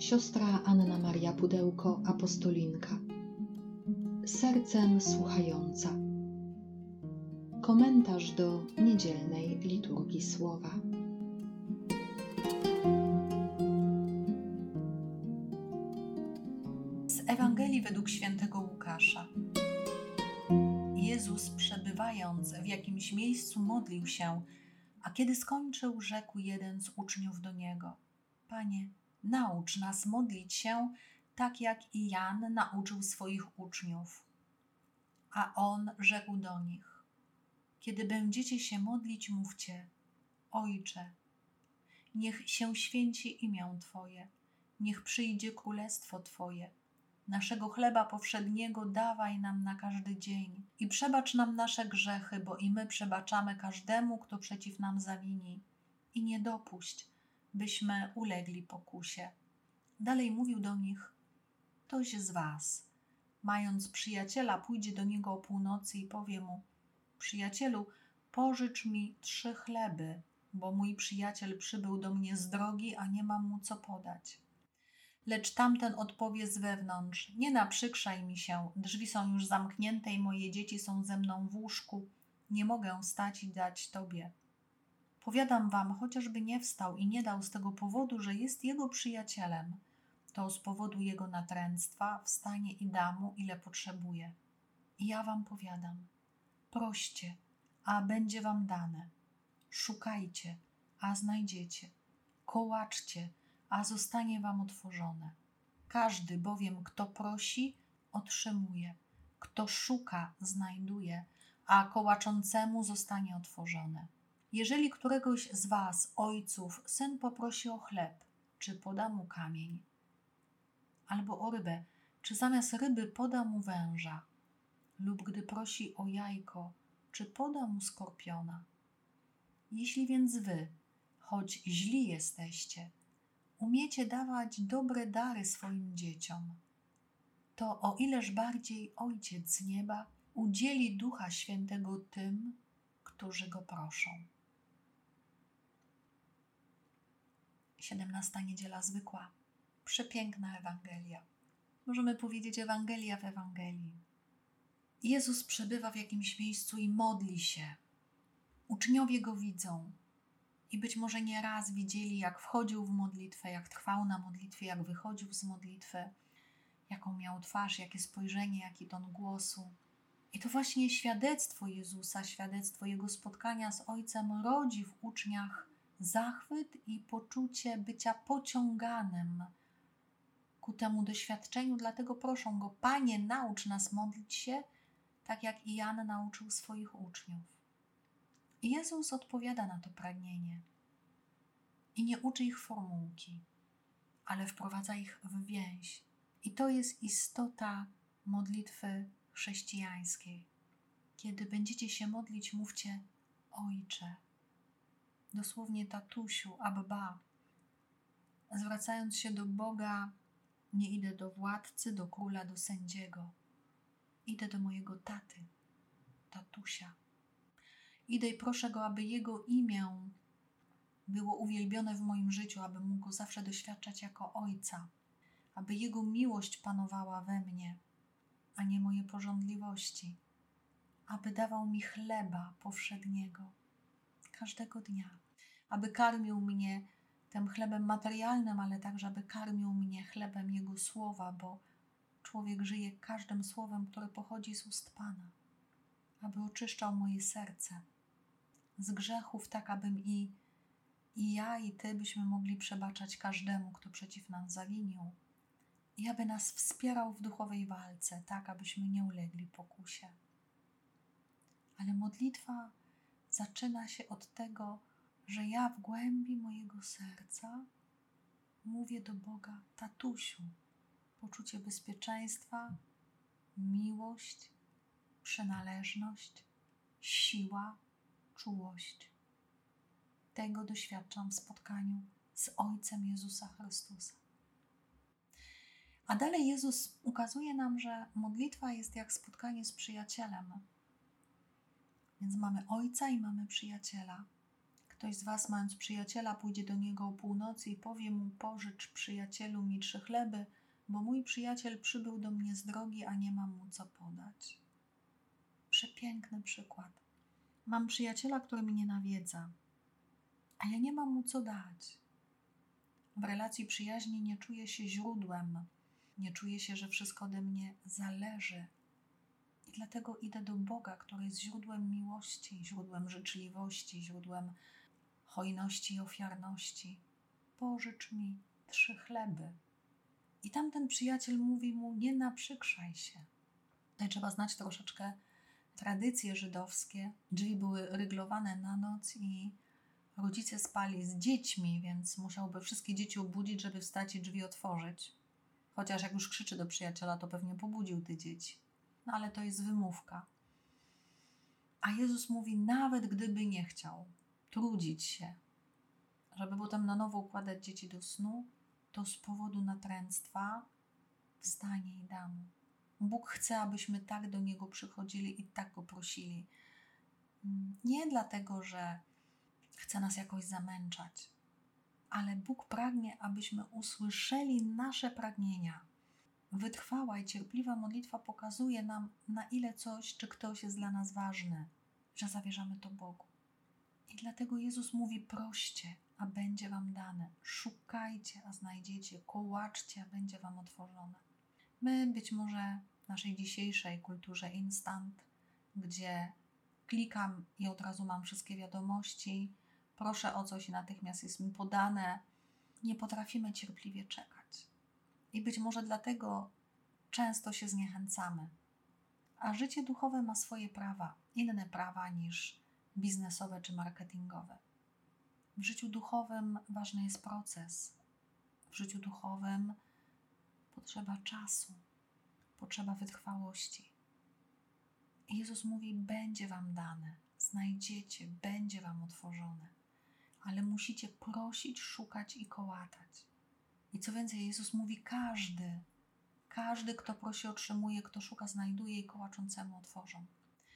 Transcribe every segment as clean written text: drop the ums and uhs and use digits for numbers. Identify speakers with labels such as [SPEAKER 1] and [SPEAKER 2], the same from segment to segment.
[SPEAKER 1] Siostra Anna Maria Pudełko, apostolinka. Sercem słuchająca. Komentarz do niedzielnej liturgii słowa.
[SPEAKER 2] Z Ewangelii według świętego Łukasza. Jezus, przebywając w jakimś miejscu, modlił się, a kiedy skończył, rzekł jeden z uczniów do Niego: Panie, naucz nas modlić się, tak jak i Jan nauczył swoich uczniów. A On rzekł do nich: Kiedy będziecie się modlić, mówcie: Ojcze, niech się święci imię Twoje, niech przyjdzie królestwo Twoje. Naszego chleba powszedniego dawaj nam na każdy dzień i przebacz nam nasze grzechy, bo i my przebaczamy każdemu, kto przeciw nam zawini. I nie dopuść, byśmy ulegli pokusie. Dalej mówił do nich: Ktoś z was, mając przyjaciela, pójdzie do niego o północy i powie mu: Przyjacielu, pożycz mi 3 chleby, bo mój przyjaciel przybył do mnie z drogi, a nie mam mu co podać. Lecz tamten odpowie z wewnątrz: Nie naprzykrzaj mi się, drzwi są już zamknięte i moje dzieci są ze mną w łóżku. Nie mogę wstać i dać tobie. Powiadam wam, chociażby nie wstał i nie dał z tego powodu, że jest jego przyjacielem, to z powodu jego natręctwa wstanie i da mu, ile potrzebuje. I ja wam powiadam: proście, a będzie wam dane. Szukajcie, a znajdziecie. Kołaczcie, a zostanie wam otworzone. Każdy bowiem, kto prosi, otrzymuje. Kto szuka, znajduje, a kołaczącemu zostanie otworzone. Jeżeli któregoś z was, ojców, syn poprosi o chleb, czy poda mu kamień? Albo o rybę, czy zamiast ryby poda mu węża? Lub gdy prosi o jajko, czy poda mu skorpiona? Jeśli więc wy, choć źli jesteście, umiecie dawać dobre dary swoim dzieciom, to o ileż bardziej Ojciec z nieba udzieli Ducha Świętego tym, którzy Go proszą. 17. niedziela zwykła. Przepiękna Ewangelia. Możemy powiedzieć Ewangelia w Ewangelii. Jezus przebywa w jakimś miejscu i modli się. Uczniowie Go widzą. I być może nie raz widzieli, jak wchodził w modlitwę, jak trwał na modlitwie, jak wychodził z modlitwy, jaką miał twarz, jakie spojrzenie, jaki ton głosu. I to właśnie świadectwo Jezusa, świadectwo Jego spotkania z Ojcem rodzi w uczniach zachwyt i poczucie bycia pociąganym ku temu doświadczeniu. Dlatego proszą Go: Panie, naucz nas modlić się, tak jak i Jan nauczył swoich uczniów. I Jezus odpowiada na to pragnienie i nie uczy ich formułki, ale wprowadza ich w więź. I to jest istota modlitwy chrześcijańskiej. Kiedy będziecie się modlić, mówcie: Ojcze, dosłownie tatusiu, Abba. Zwracając się do Boga, nie idę do władcy, do króla, do sędziego. Idę do mojego taty, tatusia. Idę i proszę Go, aby Jego imię było uwielbione w moim życiu, aby mógł Go zawsze doświadczać jako Ojca, aby Jego miłość panowała we mnie, a nie moje pożądliwości, aby dawał mi chleba powszedniego każdego dnia, aby karmił mnie tym chlebem materialnym, ale także aby karmił mnie chlebem Jego słowa, bo człowiek żyje każdym słowem, które pochodzi z ust Pana, aby oczyszczał moje serce z grzechów, tak abym i ja, i Ty byśmy mogli przebaczać każdemu, kto przeciw nam zawinił, i aby nas wspierał w duchowej walce, tak abyśmy nie ulegli pokusie. Ale modlitwa zaczyna się od tego, że ja w głębi mojego serca mówię do Boga: tatusiu. Poczucie bezpieczeństwa, miłość, przynależność, siła, czułość. Tego doświadczam w spotkaniu z Ojcem Jezusa Chrystusa. A dalej Jezus ukazuje nam, że modlitwa jest jak spotkanie z przyjacielem. Więc mamy Ojca i mamy przyjaciela. Ktoś z was, mając przyjaciela, pójdzie do niego o północy i powie mu: pożycz, przyjacielu, mi 3 chleby, bo mój przyjaciel przybył do mnie z drogi, a nie mam mu co podać. Przepiękny przykład. Mam przyjaciela, który mnie nawiedza, a ja nie mam mu co dać. W relacji przyjaźni nie czuję się źródłem, nie czuję się, że wszystko ode mnie zależy. I dlatego idę do Boga, który jest źródłem miłości, źródłem życzliwości, źródłem hojności i ofiarności. Pożycz mi 3 chleby. I tamten przyjaciel mówi mu: nie naprzykrzaj się. Tutaj trzeba znać troszeczkę tradycje żydowskie. Drzwi były ryglowane na noc i rodzice spali z dziećmi, więc musiałby wszystkie dzieci obudzić, żeby wstać i drzwi otworzyć. Chociaż jak już krzyczy do przyjaciela, to pewnie pobudził te dzieci. No ale to jest wymówka. A Jezus mówi: nawet gdyby nie chciał trudzić się, żeby potem na nowo układać dzieci do snu, to z powodu natręctwa wstanie i da mu. Bóg chce, abyśmy tak do Niego przychodzili i tak Go prosili. Nie dlatego, że chce nas jakoś zamęczać, ale Bóg pragnie, abyśmy usłyszeli nasze pragnienia. Wytrwała i cierpliwa modlitwa pokazuje nam, na ile coś czy ktoś jest dla nas ważny, że zawierzamy to Bogu. I dlatego Jezus mówi: proście, a będzie wam dane. Szukajcie, a znajdziecie. Kołaczcie, a będzie wam otworzone. My być może w naszej dzisiejszej kulturze instant, gdzie klikam i od razu mam wszystkie wiadomości, proszę o coś i natychmiast jest mi podane, nie potrafimy cierpliwie czekać. I być może dlatego często się zniechęcamy. A życie duchowe ma swoje prawa, inne prawa niż biznesowe czy marketingowe. W życiu duchowym ważny jest proces. W życiu duchowym potrzeba czasu, potrzeba wytrwałości. I Jezus mówi: będzie wam dane, znajdziecie, będzie wam otworzone. Ale musicie prosić, szukać i kołatać. I co więcej, Jezus mówi: każdy, kto prosi, otrzymuje, kto szuka, znajduje i kołaczącemu otworzą.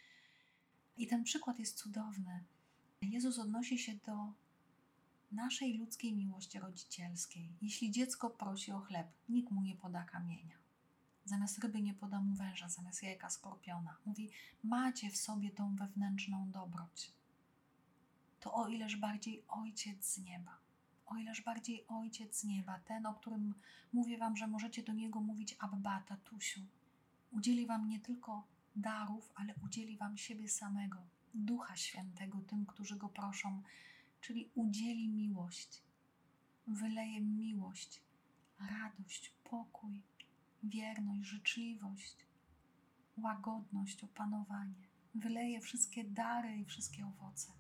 [SPEAKER 2] I ten przykład jest cudowny. Jezus odnosi się do naszej ludzkiej miłości rodzicielskiej. Jeśli dziecko prosi o chleb, nikt mu nie poda kamienia. Zamiast ryby nie poda mu węża, zamiast jajka skorpiona. Mówi: macie w sobie tą wewnętrzną dobroć. To o ileż bardziej Ojciec z nieba. O ileż bardziej Ojciec z nieba, ten, o którym mówię wam, że możecie do Niego mówić: Abba, tatusiu. Udzieli wam nie tylko darów, ale udzieli wam siebie samego, Ducha Świętego tym, którzy Go proszą, czyli udzieli miłość, wyleje miłość, radość, pokój, wierność, życzliwość, łagodność, opanowanie. Wyleje wszystkie dary i wszystkie owoce,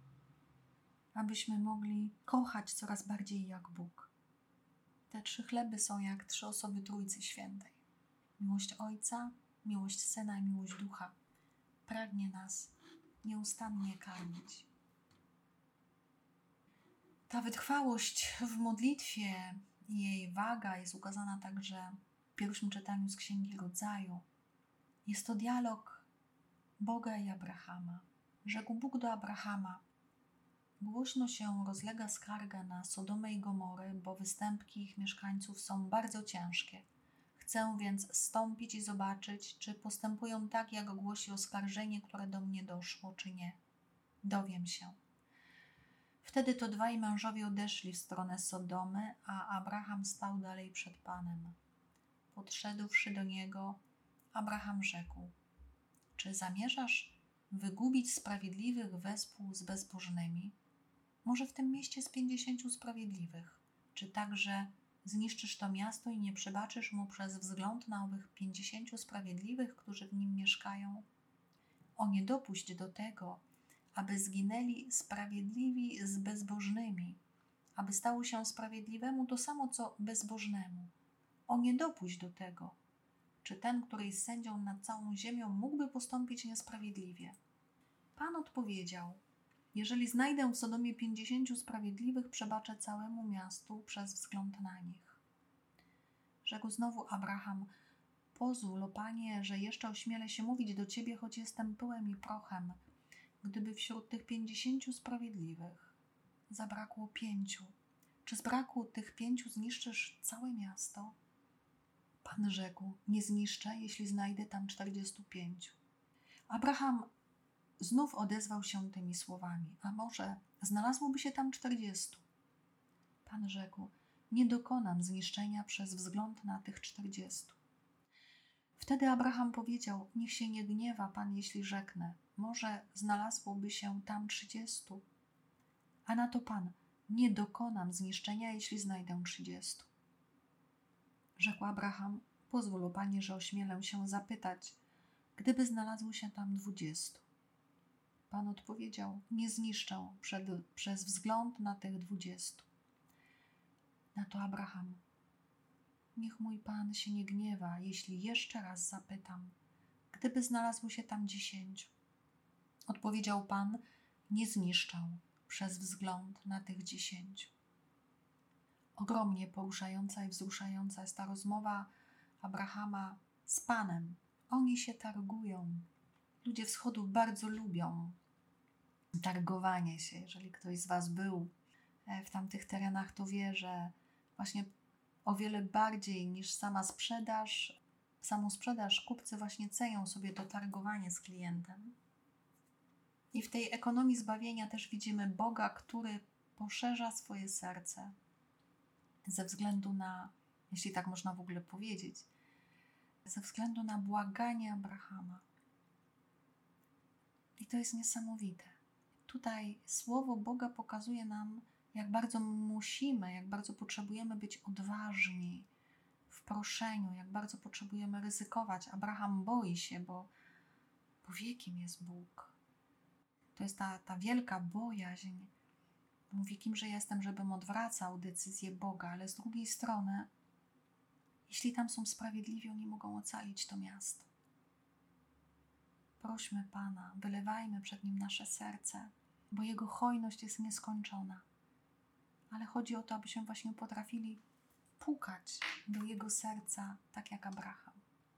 [SPEAKER 2] abyśmy mogli kochać coraz bardziej jak Bóg. Te 3 chleby są jak 3 osoby Trójcy Świętej. Miłość Ojca, miłość Syna i miłość Ducha pragnie nas nieustannie karmić. Ta wytrwałość w modlitwie i jej waga jest ukazana także w pierwszym czytaniu z Księgi Rodzaju. Jest to dialog Boga i Abrahama. Rzekł Bóg do Abrahama: głośno się rozlega skarga na Sodomę i Gomorę, bo występki ich mieszkańców są bardzo ciężkie. Chcę więc zstąpić i zobaczyć, czy postępują tak, jak głosi oskarżenie, które do mnie doszło, czy nie. Dowiem się. Wtedy to 2 mężowie odeszli w stronę Sodomy, a Abraham stał dalej przed Panem. Podszedłszy do niego, Abraham rzekł: czy zamierzasz wygubić sprawiedliwych wespół z bezbożnymi? Może w tym mieście z 50 sprawiedliwych? Czy także zniszczysz to miasto i nie przebaczysz mu przez wzgląd na owych 50 sprawiedliwych, którzy w nim mieszkają? O, nie dopuść do tego, aby zginęli sprawiedliwi z bezbożnymi, aby stało się sprawiedliwemu to samo, co bezbożnemu. O, nie dopuść do tego. Czy ten, który jest sędzią nad całą ziemią, mógłby postąpić niesprawiedliwie? Pan odpowiedział: jeżeli znajdę w Sodomie 50 sprawiedliwych, przebaczę całemu miastu przez wzgląd na nich. Rzekł znowu Abraham: pozwól, o Panie, że jeszcze ośmielę się mówić do Ciebie, choć jestem pyłem i prochem. Gdyby wśród tych 50 sprawiedliwych zabrakło 5. Czy z braku tych 5 zniszczysz całe miasto? Pan rzekł: nie zniszczę, jeśli znajdę tam 45. Abraham znów odezwał się tymi słowami: a może znalazłoby się tam 40? Pan rzekł: nie dokonam zniszczenia przez wzgląd na tych 40. Wtedy Abraham powiedział: niech się nie gniewa Pan, jeśli rzeknę, może znalazłoby się tam 30. A na to Pan: nie dokonam zniszczenia, jeśli znajdę 30. Rzekł Abraham: pozwól, Panie, że ośmielę się zapytać, gdyby znalazło się tam 20. Pan odpowiedział: nie zniszczę przez wzgląd na tych 20. Na to Abraham: niech mój Pan się nie gniewa, jeśli jeszcze raz zapytam, gdyby znalazło się tam 10. Odpowiedział Pan: nie zniszczę przez wzgląd na tych 10. Ogromnie poruszająca i wzruszająca jest ta rozmowa Abrahama z Panem. Oni się targują. Ludzie wschodu bardzo lubią targowanie się. Jeżeli ktoś z Was był w tamtych terenach, to wie, że właśnie o wiele bardziej niż samą sprzedaż kupcy właśnie cenią sobie to targowanie z klientem. I w tej ekonomii zbawienia też widzimy Boga, który poszerza swoje serce ze względu na, jeśli tak można w ogóle powiedzieć, ze względu na błaganie Abrahama. I to jest niesamowite. Tutaj słowo Boga pokazuje nam, jak bardzo musimy, jak bardzo potrzebujemy być odważni w proszeniu, jak bardzo potrzebujemy ryzykować. Abraham boi się, bo wie, kim jest Bóg. To jest ta wielka bojaźń. Mówi, kimże jestem, żebym odwracał decyzję Boga, ale z drugiej strony, jeśli tam są sprawiedliwi, oni mogą ocalić to miasto. Prośmy Pana, wylewajmy przed Nim nasze serce, bo Jego hojność jest nieskończona. Ale chodzi o to, abyśmy właśnie potrafili pukać do Jego serca, tak jak Abraham.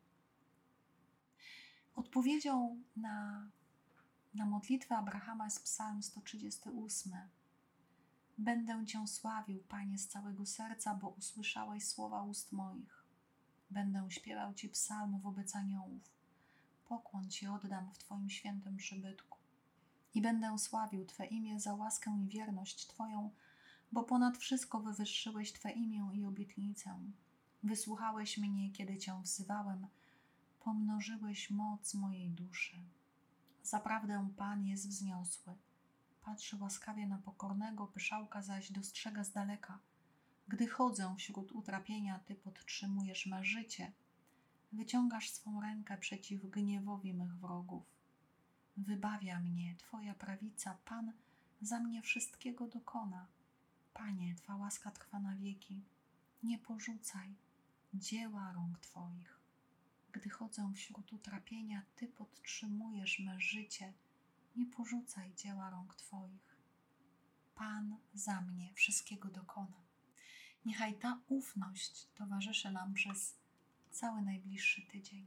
[SPEAKER 2] Odpowiedzią na modlitwę Abrahama jest Psalm 138. Będę Cię sławił, Panie, z całego serca, bo usłyszałeś słowa ust moich. Będę śpiewał Ci psalm wobec aniołów. Pokłon Ci oddam w Twoim świętym przybytku. I będę sławił Twe imię za łaskę i wierność Twoją, bo ponad wszystko wywyższyłeś Twe imię i obietnicę. Wysłuchałeś mnie, kiedy Cię wzywałem, pomnożyłeś moc mojej duszy. Zaprawdę Pan jest wzniosły. Patrzy łaskawie na pokornego, pyszałka zaś dostrzega z daleka. Gdy chodzę wśród utrapienia, Ty podtrzymujesz me życie. Wyciągasz swą rękę przeciw gniewowi mych wrogów. Wybawia mnie Twoja prawica, Pan za mnie wszystkiego dokona. Panie, Twa łaska trwa na wieki. Nie porzucaj dzieła rąk Twoich. Gdy chodzę wśród utrapienia, Ty podtrzymujesz me życie. Nie porzucaj dzieła rąk Twoich. Pan za mnie wszystkiego dokona. Niechaj ta ufność towarzyszy nam przez cały najbliższy tydzień.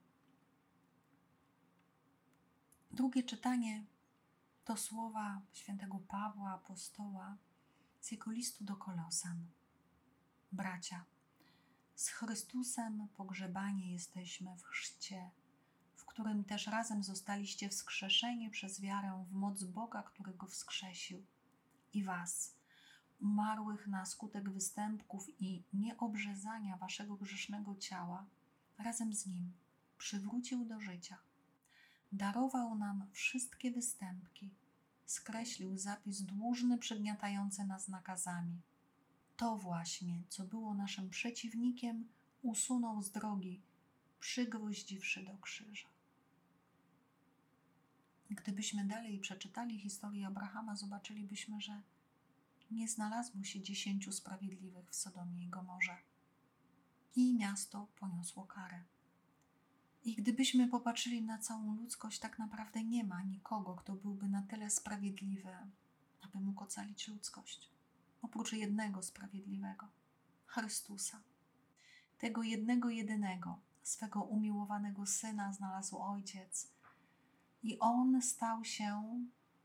[SPEAKER 2] Drugie czytanie to słowa świętego Pawła, apostoła, z jego listu do Kolosan. Bracia, z Chrystusem pogrzebani jesteśmy w chrzcie, w którym też razem zostaliście wskrzeszeni przez wiarę w moc Boga, który go wskrzesił. I was, umarłych na skutek występków i nieobrzezania waszego grzesznego ciała, razem z nim przywrócił do życia. Darował nam wszystkie występki, skreślił zapis dłużny przygniatający nas nakazami. To właśnie, co było naszym przeciwnikiem, usunął z drogi, przygwoździwszy do krzyża. Gdybyśmy dalej przeczytali historię Abrahama, zobaczylibyśmy, że nie znalazło się 10 sprawiedliwych w Sodomie i Gomorze. I miasto poniosło karę. I gdybyśmy popatrzyli na całą ludzkość, tak naprawdę nie ma nikogo, kto byłby na tyle sprawiedliwy, aby mógł ocalić ludzkość. Oprócz jednego sprawiedliwego, Chrystusa. Tego jednego, jedynego, swego umiłowanego Syna znalazł Ojciec. I On stał się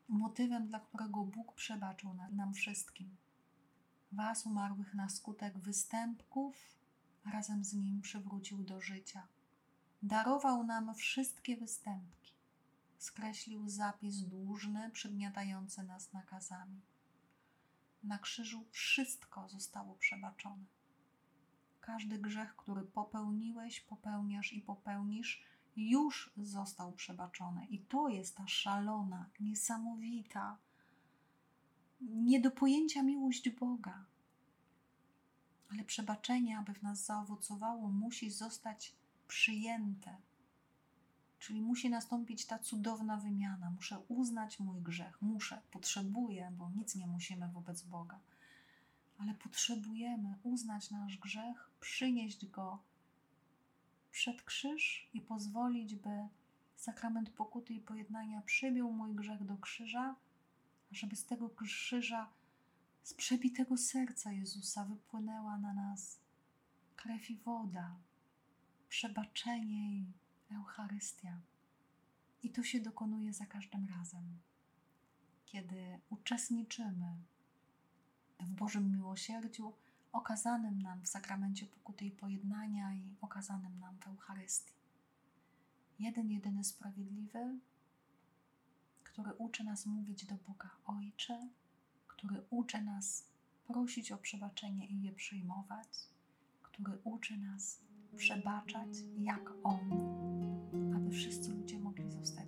[SPEAKER 2] motywem, dla którego Bóg przebaczył nam wszystkim. Was, umarłych na skutek występków, razem z Nim przywrócił do życia. Darował nam wszystkie występki. Skreślił zapis dłużny, przygniatający nas nakazami. Na krzyżu wszystko zostało przebaczone. Każdy grzech, który popełniłeś, popełniasz i popełnisz, już został przebaczony. I to jest ta szalona, niesamowita, nie do pojęcia miłość Boga. Ale przebaczenie, aby w nas zaowocowało, musi zostać przyjęte. Czyli musi nastąpić ta cudowna wymiana. Muszę uznać mój grzech. Potrzebuję, bo nic nie musimy wobec Boga. Ale potrzebujemy uznać nasz grzech, przynieść go przed krzyż i pozwolić, by sakrament pokuty i pojednania przybił mój grzech do krzyża, żeby z tego krzyża, z przebitego serca Jezusa wypłynęła na nas krew i woda, przebaczenie i Eucharystia. I to się dokonuje za każdym razem, kiedy uczestniczymy w Bożym miłosierdziu okazanym nam w sakramencie pokuty i pojednania i okazanym nam w Eucharystii. Jedyny sprawiedliwy, który uczy nas mówić do Boga Ojcze, który uczy nas prosić o przebaczenie i je przyjmować, który uczy nas przebaczać jak On, aby wszyscy ludzie mogli zostać